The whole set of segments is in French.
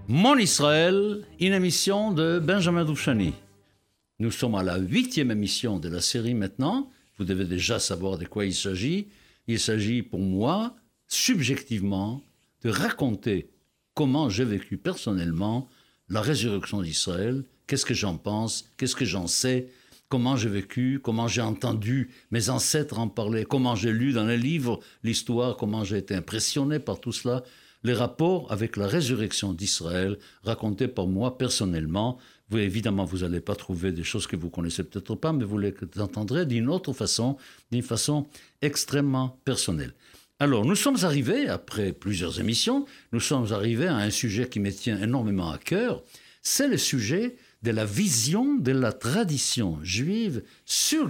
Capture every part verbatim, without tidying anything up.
Mon Israël, une émission de Benjamin Doufchani. Nous sommes à la huitième émission de la série maintenant. Vous devez déjà savoir de quoi il s'agit. Il s'agit pour moi, subjectivement, de raconter comment j'ai vécu personnellement la résurrection d'Israël, qu'est-ce que j'en pense, qu'est-ce que j'en sais, comment j'ai vécu, comment j'ai entendu mes ancêtres en parler, comment j'ai lu dans les livres l'histoire, comment j'ai été impressionné par tout cela, les rapports avec la résurrection d'Israël racontés par moi personnellement. Vous, évidemment, vous n'allez pas trouver des choses que vous connaissez peut-être pas, mais vous les entendrez d'une autre façon, d'une façon extrêmement personnelle. Alors, nous sommes arrivés, après plusieurs émissions, nous sommes arrivés à un sujet qui me tient énormément à cœur. C'est le sujet de la vision de la tradition juive sur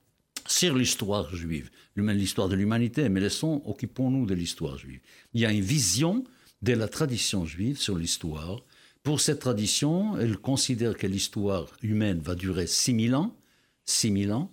l'histoire juive, l'histoire de l'humanité, mais laissons, occupons-nous de l'histoire juive. Il y a une vision de la tradition juive sur l'histoire. Pour cette tradition, elle considère que l'histoire humaine va durer six mille ans, six mille ans,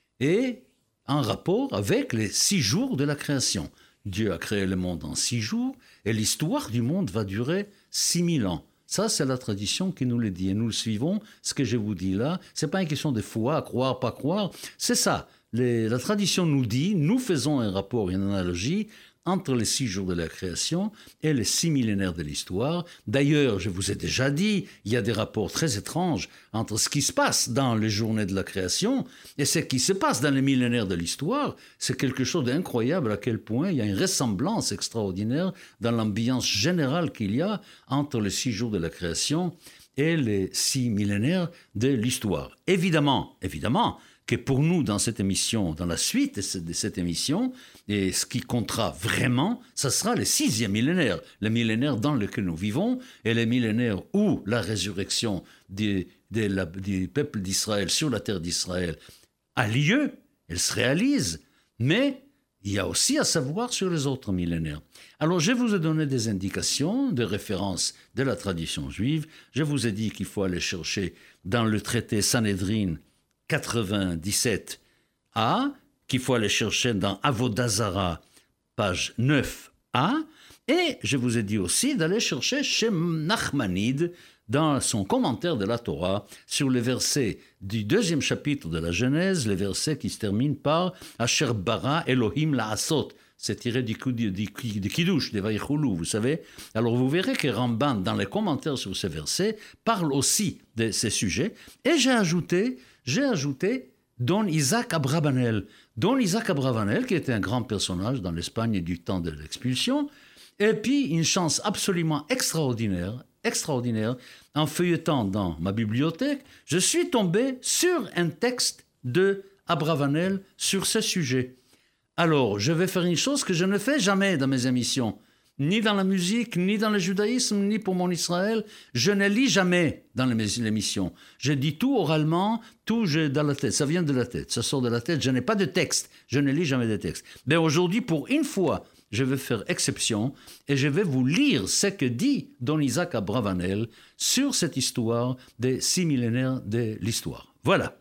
et en rapport avec les six jours de la création. Dieu a créé le monde en six jours, et l'histoire du monde va durer six mille ans. Ça, c'est la tradition qui nous le dit, et nous le suivons. Ce que je vous dis là, ce n'est pas une question de foi, croire, pas croire, c'est ça. Les, la tradition nous dit, nous faisons un rapport, une analogie entre les six jours de la création et les six millénaires de l'histoire. D'ailleurs, je vous ai déjà dit, il y a des rapports très étranges entre ce qui se passe dans les journées de la création et ce qui se passe dans les millénaires de l'histoire. C'est quelque chose d'incroyable à quel point il y a une ressemblance extraordinaire dans l'ambiance générale qu'il y a entre les six jours de la création et les six millénaires de l'histoire. Évidemment, évidemment, que pour nous, dans cette émission, dans la suite de cette émission, et ce qui comptera vraiment, ça sera le sixième millénaire, le millénaire dans lequel nous vivons, et le millénaire où la résurrection du, de la, du peuple d'Israël sur la terre d'Israël a lieu, elle se réalise, mais il y a aussi à savoir sur les autres millénaires. Alors, je vous ai donné des indications, des références de la tradition juive. Je vous ai dit qu'il faut aller chercher dans le traité Sanhedrin quatre-vingt-dix-sept A, qu'il faut aller chercher dans Avodah Zarah, page neuf A, et je vous ai dit aussi d'aller chercher chez Nachmanide, dans son commentaire de la Torah, sur les versets du deuxième chapitre de la Genèse, les versets qui se terminent par « Asher bara Elohim la'asot ». C'est tiré du, du, du, du Kiddush, des Vaïchoulou, vous savez. Alors vous verrez que Ramban, dans les commentaires sur ces versets, parle aussi de ces sujets. Et j'ai ajouté, j'ai ajouté Don Isaac Abravanel. Don Isaac Abravanel, qui était un grand personnage dans l'Espagne du temps de l'expulsion. Et puis, une chance absolument extraordinaire, extraordinaire, en feuilletant dans ma bibliothèque, je suis tombé sur un texte de Abravanel sur ce sujet. Alors, je vais faire une chose que je ne fais jamais dans mes émissions, ni dans la musique, ni dans le judaïsme, ni pour mon Israël. Je ne lis jamais dans les émissions. Je dis tout oralement, tout dans la tête. Ça vient de la tête, ça sort de la tête. Je n'ai pas de texte, je ne lis jamais de texte. Mais aujourd'hui, pour une fois, je vais faire exception et je vais vous lire ce que dit Don Isaac Abravanel sur cette histoire des six millénaires de l'histoire. Voilà.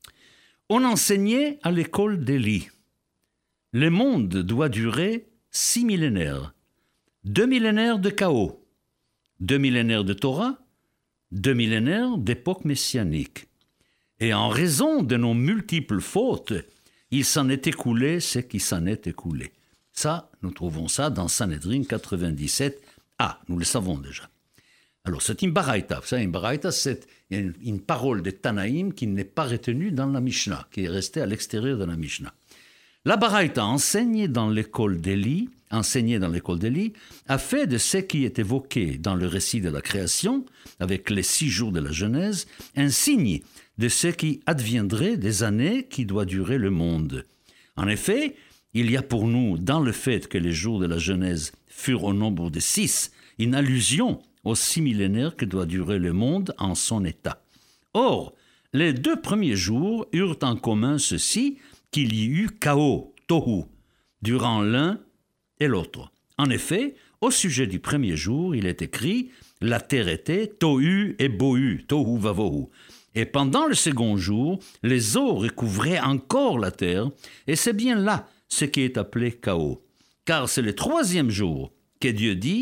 On enseignait à l'école d'Élie. Le monde doit durer six millénaires. Deux millénaires de chaos, deux millénaires de Torah, deux millénaires d'époque messianique. Et en raison de nos multiples fautes, il s'en est écoulé ce qui s'en est écoulé. Ça, nous trouvons ça dans Sanhedrin quatre-vingt-dix-sept A, nous le savons déjà. Alors, c'est une baraïta. Vous savez, une baraïta, c'est une, une parole de Tanaïm qui n'est pas retenue dans la Mishnah, qui est restée à l'extérieur de la Mishnah. La baraïta enseignée dans l'école d'Élie, enseignée dans l'école d'Élie, a fait de ce qui est évoqué dans le récit de la création, avec les six jours de la Genèse, un signe de ce qui adviendrait des années qui doit durer le monde. En effet, il y a pour nous, dans le fait que les jours de la Genèse furent au nombre de six, une allusion aux six millénaires que doit durer le monde en son état. Or, les deux premiers jours eurent en commun ceci, qu'il y eut chaos, tohu, durant l'un et l'autre. En effet, au sujet du premier jour, il est écrit « La terre était tohu et bohu, tohu vavohu ». Et pendant le second jour, les eaux recouvraient encore la terre, et c'est bien là ce qui est appelé chaos. Car c'est le troisième jour que Dieu dit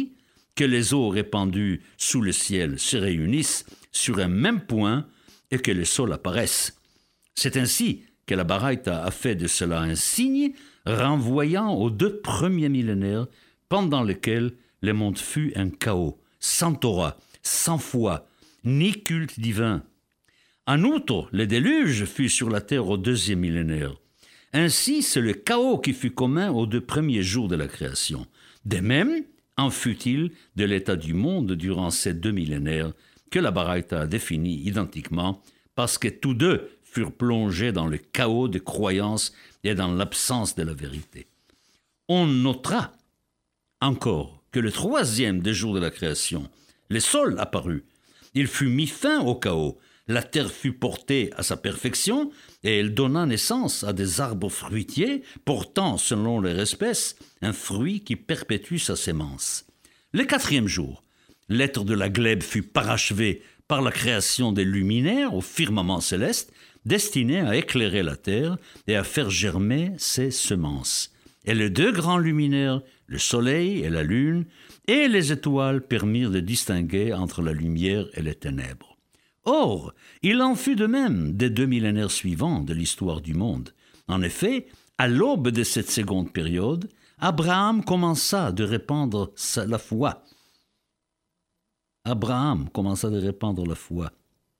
que les eaux répandues sous le ciel se réunissent sur un même point et que le sol apparaisse. C'est ainsi que la Baraita a fait de cela un signe renvoyant aux deux premiers millénaires pendant lesquels le monde fut un chaos, sans Torah, sans foi, ni culte divin. En outre, le déluge fut sur la terre au deuxième millénaire. Ainsi, c'est le chaos qui fut commun aux deux premiers jours de la création. De même, en fut-il de l'état du monde durant ces deux millénaires que la Baraita a défini identiquement, parce que tous deux furent plongés dans le chaos de croyances et dans l'absence de la vérité. On notera encore que le troisième des jours de la création, le sol apparut. Il fut mis fin au chaos. La terre fut portée à sa perfection et elle donna naissance à des arbres fruitiers portant, selon leur espèce, un fruit qui perpétue sa sémence. Le quatrième jour, l'être de la glèbe fut parachevé par la création des luminaires au firmament céleste, destinés à éclairer la terre et à faire germer ses semences. Et les deux grands luminaires, le soleil et la lune, et les étoiles permirent de distinguer entre la lumière et les ténèbres. Or, il en fut de même des deux millénaires suivants de l'histoire du monde. En effet, à l'aube de cette seconde période, Abraham commença de répandre la foi. Abraham commença de répandre la foi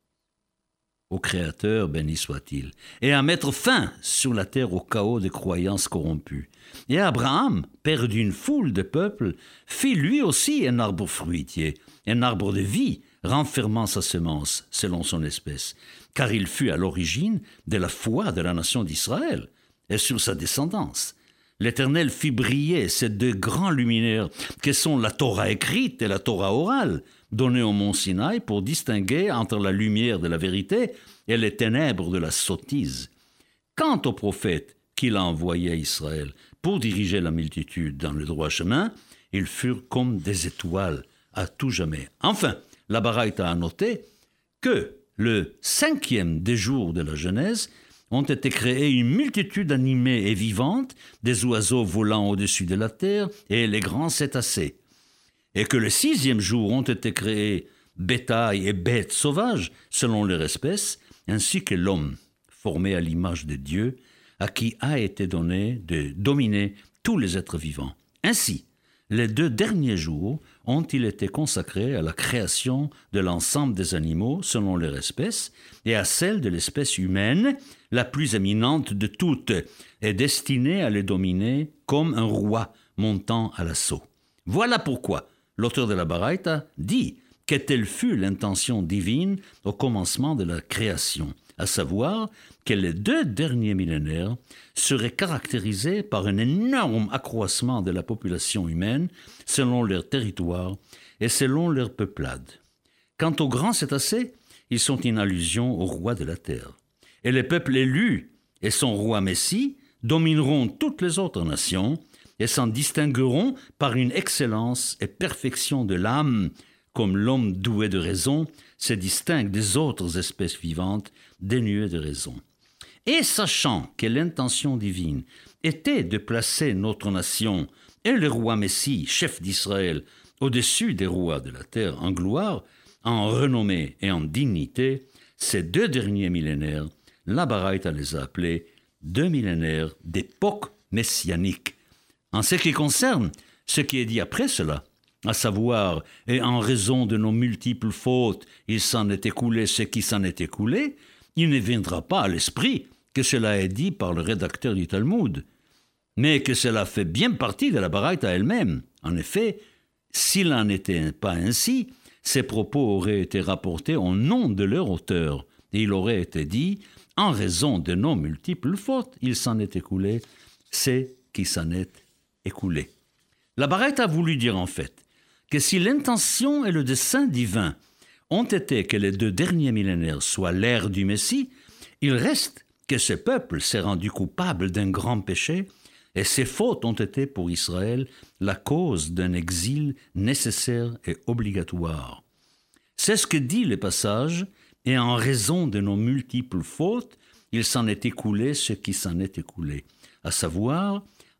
au Créateur, béni soit-il, et à mettre fin sur la terre au chaos des croyances corrompues. Et Abraham, père d'une foule de peuples, fit lui aussi un arbre fruitier, un arbre de vie, renfermant sa semence selon son espèce, car il fut à l'origine de la foi de la nation d'Israël et sur sa descendance. L'Éternel fit briller ces deux grands luminaires que sont la Torah écrite et la Torah orale, donnée au mont Sinaï pour distinguer entre la lumière de la vérité et les ténèbres de la sottise. Quant aux prophètes qu'il a envoyés à Israël pour diriger la multitude dans le droit chemin, ils furent comme des étoiles à tout jamais. Enfin, la Baraita a noté que le cinquième des jours de la Genèse ont été créées une multitude animée et vivante, des oiseaux volant au-dessus de la terre et les grands cétacés, et que le sixième jour ont été créés bétail et bêtes sauvages selon leur espèce, ainsi que l'homme, formé à l'image de Dieu, à qui a été donné de dominer tous les êtres vivants. Ainsi, les deux derniers jours ont-ils été consacrés à la création de l'ensemble des animaux selon leur espèce et à celle de l'espèce humaine, la plus éminente de toutes, et destinée à les dominer comme un roi montant à l'assaut. Voilà pourquoi l'auteur de la Baraita dit que telle fut l'intention divine au commencement de la création, à savoir que les deux derniers millénaires seraient caractérisés par un énorme accroissement de la population humaine selon leur territoire et selon leur peuplade. Quant aux grands cétacés, ils sont une allusion au roi de la terre. Et les peuples élus et son roi Messie domineront toutes les autres nations et s'en distingueront par une excellence et perfection de l'âme, comme l'homme doué de raison se distingue des autres espèces vivantes dénuées de raison. Et sachant que l'intention divine était de placer notre nation et le roi Messie, chef d'Israël, au-dessus des rois de la terre en gloire, en renommée et en dignité, ces deux derniers millénaires, la Baraita les a appelés deux millénaires d'époque messianique. En ce qui concerne ce qui est dit après cela, à savoir, et en raison de nos multiples fautes, il s'en est écoulé ce qui s'en est écoulé, il ne viendra pas à l'esprit que cela est dit par le rédacteur du Talmud, mais que cela fait bien partie de la Baraita elle-même. En effet, s'il n'en était pas ainsi, ces propos auraient été rapportés au nom de leur auteur, et il aurait été dit, en raison de nos multiples fautes, il s'en est écoulé ce qui s'en est écoulé. La Baraita a voulu dire en fait que si l'intention et le dessein divin ont été que les deux derniers millénaires soient l'ère du Messie, il reste que ce peuple s'est rendu coupable d'un grand péché et ses fautes ont été pour Israël la cause d'un exil nécessaire et obligatoire. C'est ce que dit le passage, et en raison de nos multiples fautes, il s'en est écoulé ce qui s'en est écoulé, à savoir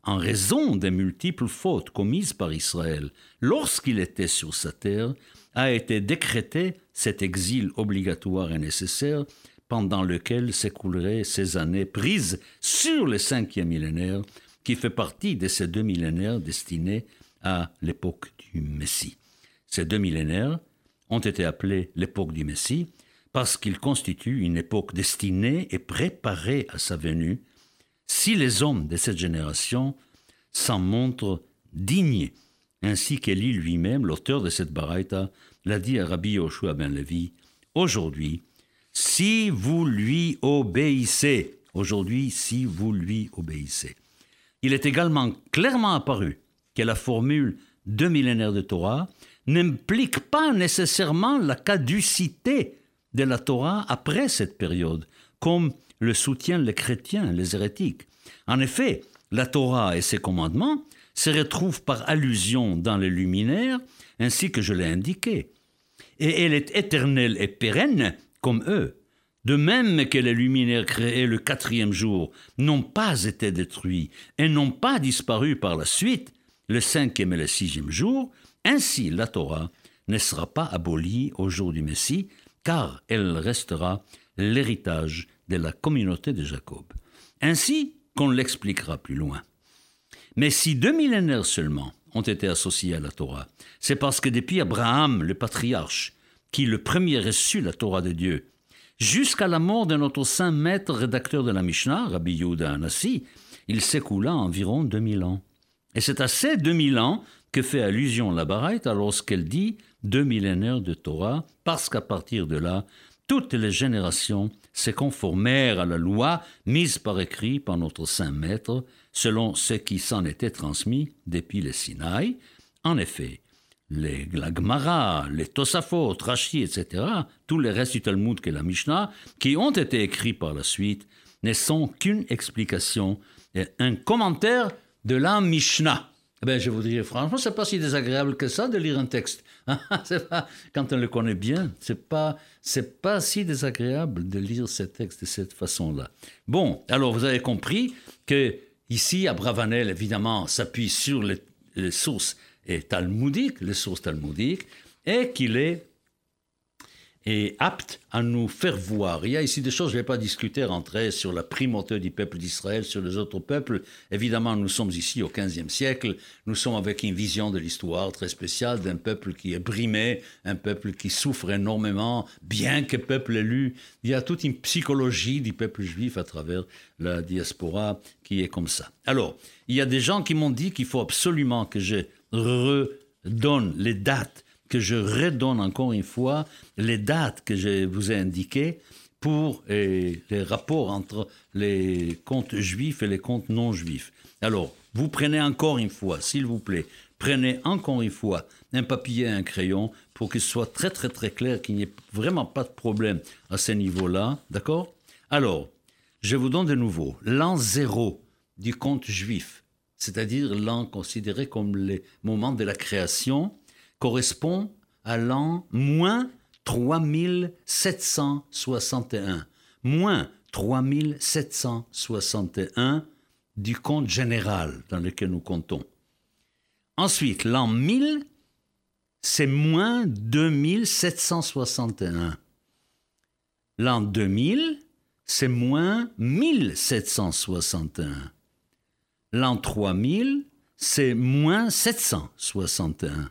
en raison des multiples fautes commises par Israël lorsqu'il était sur sa terre, a été décrété cet exil obligatoire et nécessaire pendant lequel s'écouleraient ces années prises sur le cinquième millénaire, qui fait partie de ces deux millénaires destinés à l'époque du Messie. Ces deux millénaires ont été appelés l'époque du Messie parce qu'ils constituent une époque destinée et préparée à sa venue, si les hommes de cette génération s'en montrent dignes, ainsi qu'Élie lui-même, l'auteur de cette baraita, l'a dit à Rabbi Yoshua ben Levi, aujourd'hui, si vous lui obéissez, aujourd'hui, si vous lui obéissez. Il est également clairement apparu que la formule deux millénaires de Torah n'implique pas nécessairement la caducité de la Torah après cette période, comme le soutiennent les chrétiens, les hérétiques. En effet, la Torah et ses commandements se retrouvent par allusion dans les luminaires, ainsi que je l'ai indiqué. Et elle est éternelle et pérenne comme eux. De même que les luminaires créés le quatrième jour n'ont pas été détruits et n'ont pas disparu par la suite, le cinquième et le sixième jour, ainsi la Torah ne sera pas abolie au jour du Messie, car elle restera l'héritage de la communauté de Jacob. Ainsi qu'on l'expliquera plus loin. Mais si deux millénaires seulement ont été associés à la Torah, c'est parce que depuis Abraham, le patriarche, qui le premier reçut la Torah de Dieu, jusqu'à la mort de notre saint maître rédacteur de la Mishnah, Rabbi Yehuda Hanassi, il s'écoula environ deux mille ans. Et c'est à ces deux mille ans que fait allusion la Baraita lorsqu'elle dit deux millénaires de Torah, parce qu'à partir de là, toutes les générations se conformèrent à la loi mise par écrit par notre saint maître, selon ce qui s'en était transmis depuis le Sinaï. En effet, les, la Gemara, les Tosafot, Rashi, et cetera, tous les restes du Talmud que la Mishnah, qui ont été écrits par la suite, ne sont qu'une explication et un commentaire de la Mishnah. Eh bien, je vous dirais franchement, ce n'est pas si désagréable que ça de lire un texte. C'est pas, quand on le connaît bien, ce n'est pas, c'est pas si désagréable de lire ce texte de cette façon-là. Bon, alors vous avez compris que ici, Abravanel, évidemment, s'appuie sur les, les sources talmudiques, les sources talmudiques, et qu'il est, est apte à nous faire voir. Il y a ici des choses, je ne vais pas discuter, rentrer sur la primauté du peuple d'Israël sur les autres peuples. Évidemment, nous sommes ici au quinzième siècle, nous sommes avec une vision de l'histoire très spéciale d'un peuple qui est brimé, un peuple qui souffre énormément, bien que peuple élu. Il y a toute une psychologie du peuple juif à travers la diaspora qui est comme ça. Alors, il y a des gens qui m'ont dit qu'il faut absolument que je redonne les dates, que je redonne encore une fois les dates que je vous ai indiquées pour eh, les rapports entre les contes juifs et les contes non juifs. Alors, vous prenez encore une fois, s'il vous plaît, prenez encore une fois un papier et un crayon pour qu'il soit très très très clair, qu'il n'y ait vraiment pas de problème à ce niveau-là, d'accord? Alors, je vous donne de nouveau l'an zéro du conte juif, c'est-à-dire l'an considéré comme le moment de la création, correspond à l'an moins trois mille sept cent soixante et un. Moins trois mille sept cent soixante et un du compte général dans lequel nous comptons. Ensuite, l'an mille, c'est moins deux mille sept cent soixante et un. L'an deux mille, c'est moins mille sept cent soixante et un. L'an trois mille, c'est moins sept cent soixante et un.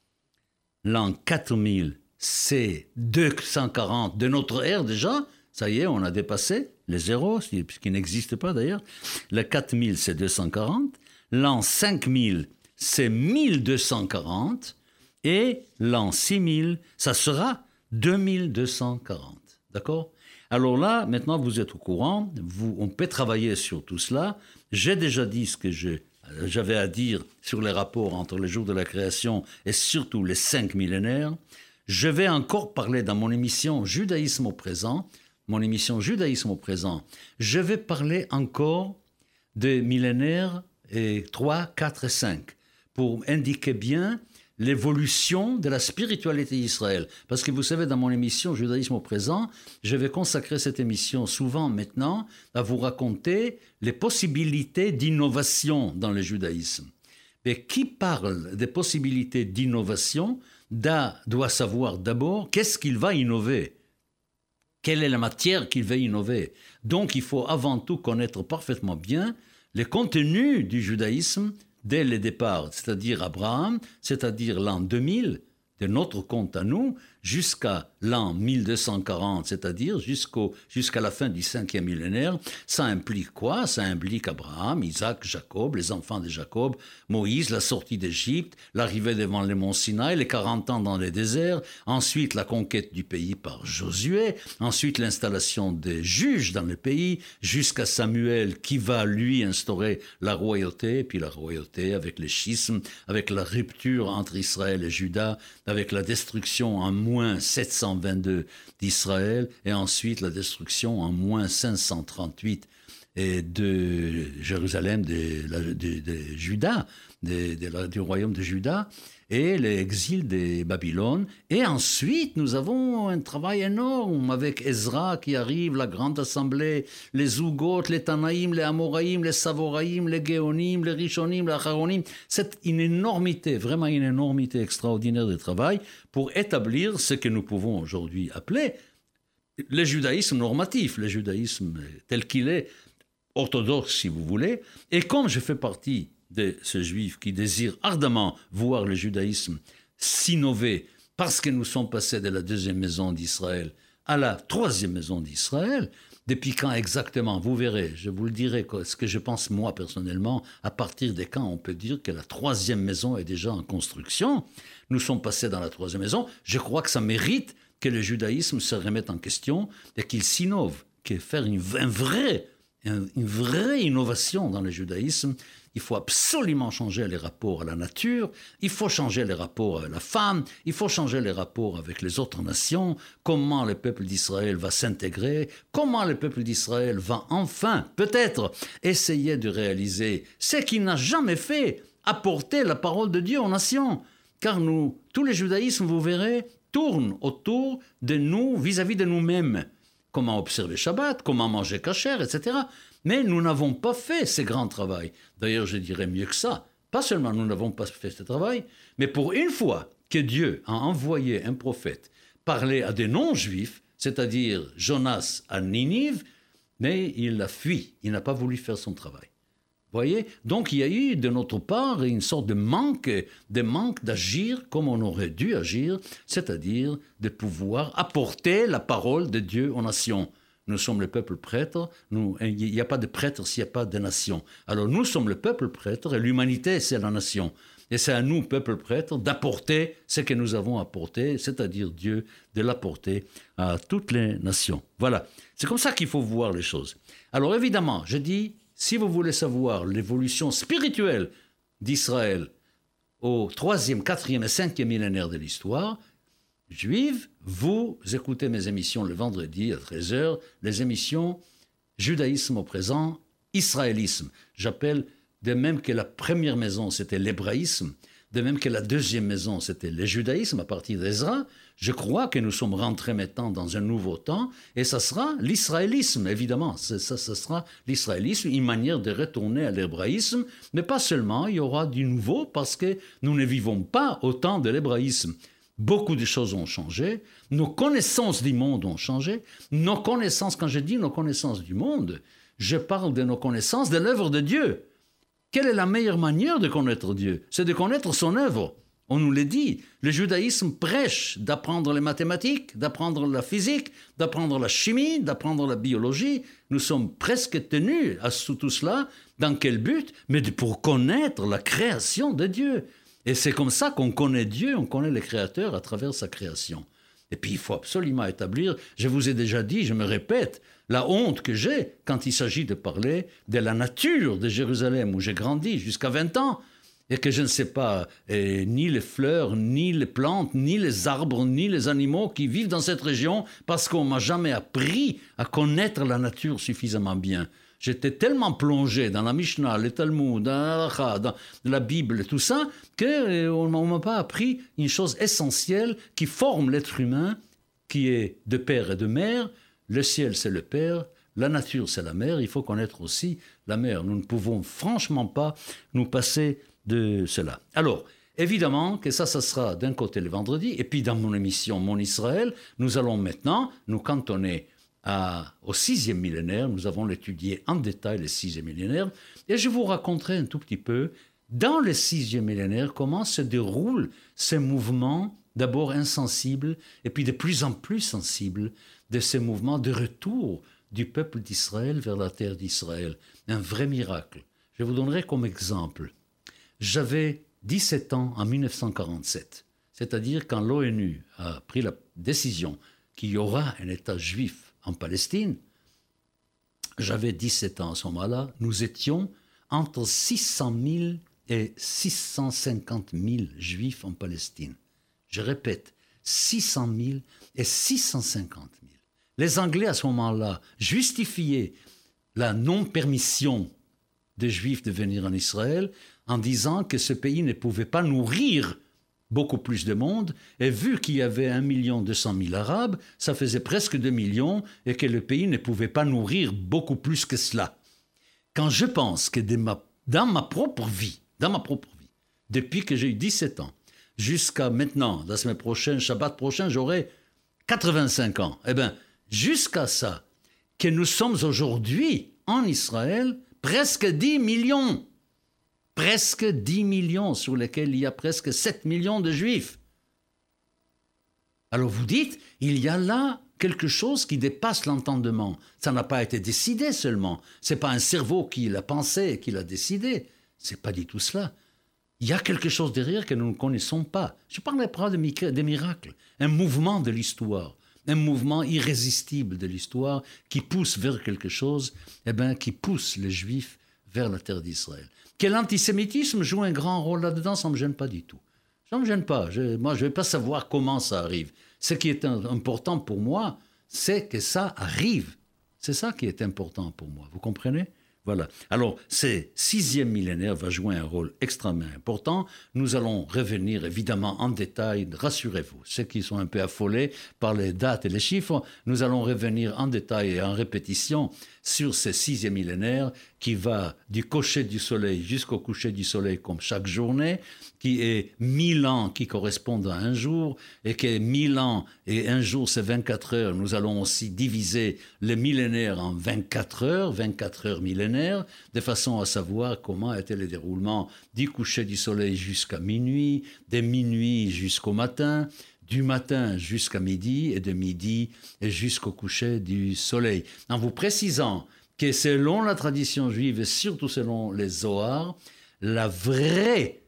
L'an quatre mille, c'est deux cent quarante de notre ère déjà. Ça y est, on a dépassé les zéros, ce qui n'existe pas d'ailleurs. Le quatre mille, c'est deux cent quarante. L'an cinq mille, c'est mille deux cent quarante. Et l'an six mille, ça sera deux mille deux cent quarante. D'accord? Alors là, maintenant, vous êtes au courant. Vous, on peut travailler sur tout cela. J'ai déjà dit ce que je... j'avais à dire sur les rapports entre les jours de la création et surtout les cinq millénaires. Je vais encore parler dans mon émission Judaïsme au présent, mon émission Judaïsme au présent, je vais parler encore des millénaires et trois, quatre et cinq pour indiquer bien l'évolution de la spiritualité d'Israël. Parce que vous savez, dans mon émission Judaïsme au présent, je vais consacrer cette émission souvent maintenant à vous raconter les possibilités d'innovation dans le judaïsme. Et qui parle des possibilités d'innovation doit savoir d'abord qu'est-ce qu'il va innover. Quelle est la matière qu'il va innover. Donc il faut avant tout connaître parfaitement bien les contenus du judaïsme dès le départ, c'est-à-dire Abraham, c'est-à-dire l'an deux mille, de notre compte à nous, jusqu'à l'an mille deux cent quarante, c'est-à-dire jusqu'au, jusqu'à la fin du cinquième millénaire. Ça implique quoi? Ça implique Abraham, Isaac, Jacob, les enfants de Jacob, Moïse, la sortie d'Égypte, l'arrivée devant les monts Sinaï, les quarante ans dans les déserts, ensuite la conquête du pays par Josué, ensuite l'installation des juges dans le pays, jusqu'à Samuel qui va lui instaurer la royauté, puis la royauté avec les schismes, avec la rupture entre Israël et Juda, avec la destruction en moins sept cent vingt-deux d'Israël et ensuite la destruction en moins cinq cent trente-huit et de Jérusalem, de, de, de, de Juda, de, de, du royaume de Juda, et l'exil de Babylone. Et ensuite, nous avons un travail énorme avec Ezra qui arrive, la grande assemblée, les Zougot, les Tanaïm, les Amoraïm, les Savoraïm, les Géonim, les Rishonim, les Acharonim. C'est une énormité, vraiment une énormité extraordinaire de travail pour établir ce que nous pouvons aujourd'hui appeler le judaïsme normatif, le judaïsme tel qu'il est, orthodoxe si vous voulez. Et comme je fais partie de ces juifs qui désirent ardemment voir le judaïsme s'innover parce que nous sommes passés de la deuxième maison d'Israël à la troisième maison d'Israël, depuis quand exactement, vous verrez, je vous le dirai, ce que je pense moi personnellement, à partir de quand on peut dire que la troisième maison est déjà en construction. Nous sommes passés dans la troisième maison, je crois que ça mérite que le judaïsme se remette en question et qu'il s'innove, qu'il fasse une, un vrai, une vraie innovation dans le judaïsme. Il faut absolument changer les rapports à la nature, il faut changer les rapports à la femme, il faut changer les rapports avec les autres nations, comment le peuple d'Israël va s'intégrer, comment le peuple d'Israël va enfin, peut-être, essayer de réaliser ce qu'il n'a jamais fait, apporter la parole de Dieu aux nations. Car nous, tous les judaïsmes, vous verrez, tournent autour de nous vis-à-vis de nous-mêmes. Comment observer Shabbat, comment manger kasher, et cetera. Mais nous n'avons pas fait ce grand travail. D'ailleurs, je dirais mieux que ça. Pas seulement nous n'avons pas fait ce travail, mais pour une fois que Dieu a envoyé un prophète parler à des non-juifs, c'est-à-dire Jonas à Ninive, mais il a fui, il n'a pas voulu faire son travail. Voyez? Donc il y a eu de notre part une sorte de manque, de manque d'agir comme on aurait dû agir, c'est-à-dire de pouvoir apporter la parole de Dieu aux nations. Nous sommes le peuple prêtre, nous, il n'y a pas de prêtre s'il n'y a pas de nation. Alors nous sommes le peuple prêtre et l'humanité c'est la nation. Et c'est à nous, peuple prêtre, d'apporter ce que nous avons apporté, c'est-à-dire Dieu, de l'apporter à toutes les nations. Voilà, c'est comme ça qu'il faut voir les choses. Alors évidemment, je dis, si vous voulez savoir l'évolution spirituelle d'Israël au troisième, quatrième et cinquième millénaire de l'histoire juive, vous écoutez mes émissions le vendredi à treize heures, les émissions Judaïsme au présent, Israélisme. J'appelle, de même que la première maison c'était l'hébraïsme, de même que la deuxième maison c'était le judaïsme à partir d'Ezra, je crois que nous sommes rentrés maintenant dans un nouveau temps et ça sera l'israélisme, évidemment. Ça, ça sera l'israélisme, une manière de retourner à l'hébraïsme, mais pas seulement, il y aura du nouveau parce que nous ne vivons pas au temps de l'hébraïsme. Beaucoup de choses ont changé, nos connaissances du monde ont changé, nos connaissances, quand je dis nos connaissances du monde, je parle de nos connaissances de l'œuvre de Dieu. Quelle est la meilleure manière de connaître Dieu? C'est de connaître son œuvre. On nous l'a dit, le judaïsme prêche d'apprendre les mathématiques, d'apprendre la physique, d'apprendre la chimie, d'apprendre la biologie. Nous sommes presque tenus à tout cela. Dans quel but? Mais pour connaître la création de Dieu. Et c'est comme ça qu'on connaît Dieu, on connaît le Créateur à travers sa création. Et puis il faut absolument établir, je vous ai déjà dit, je me répète, la honte que j'ai quand il s'agit de parler de la nature de Jérusalem, où j'ai grandi jusqu'à vingt ans, et que je ne sais pas eh, ni les fleurs, ni les plantes, ni les arbres, ni les animaux qui vivent dans cette région, parce qu'on ne m'a jamais appris à connaître la nature suffisamment bien. J'étais tellement plongé dans la Mishnah, le Talmud, dans la Halakha, dans la Bible, tout ça, qu'on ne m'a pas appris une chose essentielle qui forme l'être humain, qui est de père et de mère. Le ciel, c'est le père. La nature, c'est la mer. Il faut connaître aussi la mer. Nous ne pouvons franchement pas nous passer de cela. Alors, évidemment que ça, ça sera d'un côté le vendredi. Et puis, dans mon émission Mon Israël, nous allons maintenant nous cantonner à, au sixième millénaire. Nous avons étudié en détail le sixième millénaire. Et je vous raconterai un tout petit peu, dans le sixième millénaire, comment se déroulent ces mouvements, d'abord insensibles, et puis de plus en plus sensibles, de ces mouvements de retour du peuple d'Israël vers la terre d'Israël. Un vrai miracle. Je vous donnerai comme exemple. J'avais dix-sept ans en mille neuf cent quarante-sept, c'est-à-dire quand l'ONU a pris la décision qu'il y aura un État juif en Palestine. J'avais dix-sept ans à ce moment-là. Nous étions entre six cent mille et six cent cinquante mille juifs en Palestine. Je répète, six cent mille et six cent cinquante mille. Les Anglais, à ce moment-là, justifiaient la non-permission des Juifs de venir en Israël en disant que ce pays ne pouvait pas nourrir beaucoup plus de monde. Et vu qu'il y avait un million deux cent mille Arabes, ça faisait presque deux millions et que le pays ne pouvait pas nourrir beaucoup plus que cela. Quand je pense que de ma, dans ma propre vie, dans ma propre vie, depuis que j'ai eu dix-sept ans, jusqu'à maintenant, la semaine prochaine, Shabbat prochain, j'aurai quatre-vingt-cinq ans. Eh bien, jusqu'à ça, que nous sommes aujourd'hui en Israël presque dix millions. Presque dix millions, sur lesquels il y a presque sept millions de Juifs. Alors vous dites, il y a là quelque chose qui dépasse l'entendement. Ça n'a pas été décidé seulement. Ce n'est pas un cerveau qui l'a pensé et qui l'a décidé. Ce n'est pas du tout cela. Il y a quelque chose derrière que nous ne connaissons pas. Je ne parlerai pas de des miracles. Un mouvement de l'histoire. Un mouvement irrésistible de l'histoire qui pousse vers quelque chose, eh bien, qui pousse les Juifs vers la terre d'Israël. Que l'antisémitisme joue un grand rôle là-dedans, ça ne me gêne pas du tout. Ça ne me gêne pas. Je, moi, je ne vais pas savoir comment ça arrive. Ce qui est important pour moi, c'est que ça arrive. C'est ça qui est important pour moi. Vous comprenez ? Voilà. Alors, ce sixième millénaire va jouer un rôle extrêmement important. Nous allons revenir évidemment en détail, rassurez-vous, ceux qui sont un peu affolés par les dates et les chiffres, nous allons revenir en détail et en répétition sur ce sixième millénaire qui va du coucher du soleil jusqu'au coucher du soleil comme chaque journée, qui est mille ans qui correspondent à un jour, et qui est mille ans et un jour c'est vingt-quatre heures. Nous allons aussi diviser le millénaire en vingt-quatre heures, vingt-quatre heures millénaires, de façon à savoir comment était le déroulement du coucher du soleil jusqu'à minuit, de minuit jusqu'au matin, du matin jusqu'à midi et de midi jusqu'au coucher du soleil. En vous précisant que selon la tradition juive et surtout selon les Zohar, la vraie,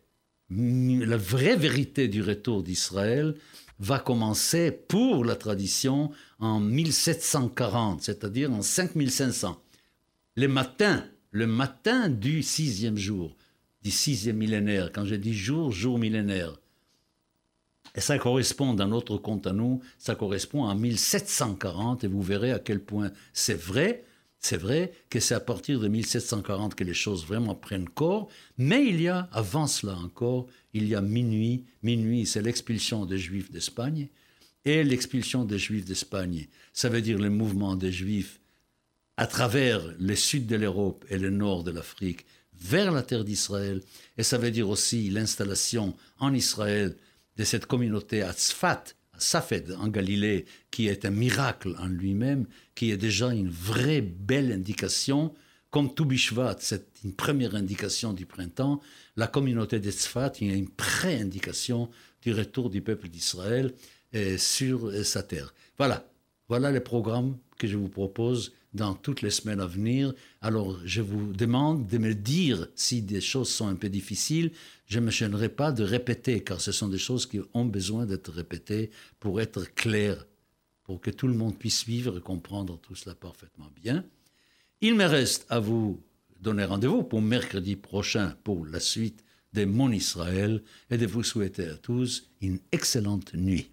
la vraie vérité du retour d'Israël va commencer pour la tradition en mille sept cent quarante, c'est-à-dire en cinq mille cinq cents. Le matin, le matin du sixième jour, du sixième millénaire, quand je dis jour, jour millénaire, et ça correspond, dans notre compte à nous, ça correspond à mille sept cent quarante, et vous verrez à quel point c'est vrai. C'est vrai que c'est à partir de mille sept cent quarante que les choses vraiment prennent corps, mais il y a, avant cela encore, il y a minuit. Minuit, c'est l'expulsion des Juifs d'Espagne, et l'expulsion des Juifs d'Espagne, ça veut dire le mouvement des Juifs à travers le sud de l'Europe et le nord de l'Afrique vers la terre d'Israël, et ça veut dire aussi l'installation en Israël de cette communauté à Tzfat, à Safed, en Galilée, qui est un miracle en lui-même, qui est déjà une vraie belle indication. Comme Tou Bishvat, c'est une première indication du printemps, la communauté de Tzfat, il y a une pré-indication du retour du peuple d'Israël eh, sur eh, sa terre. Voilà, voilà le programme que je vous propose dans toutes les semaines à venir. Alors, je vous demande de me dire si des choses sont un peu difficiles. Je ne me gênerai pas de répéter, car ce sont des choses qui ont besoin d'être répétées pour être claires, pour que tout le monde puisse suivre et comprendre tout cela parfaitement bien. Il me reste à vous donner rendez-vous pour mercredi prochain pour la suite de Mon Israël et de vous souhaiter à tous une excellente nuit.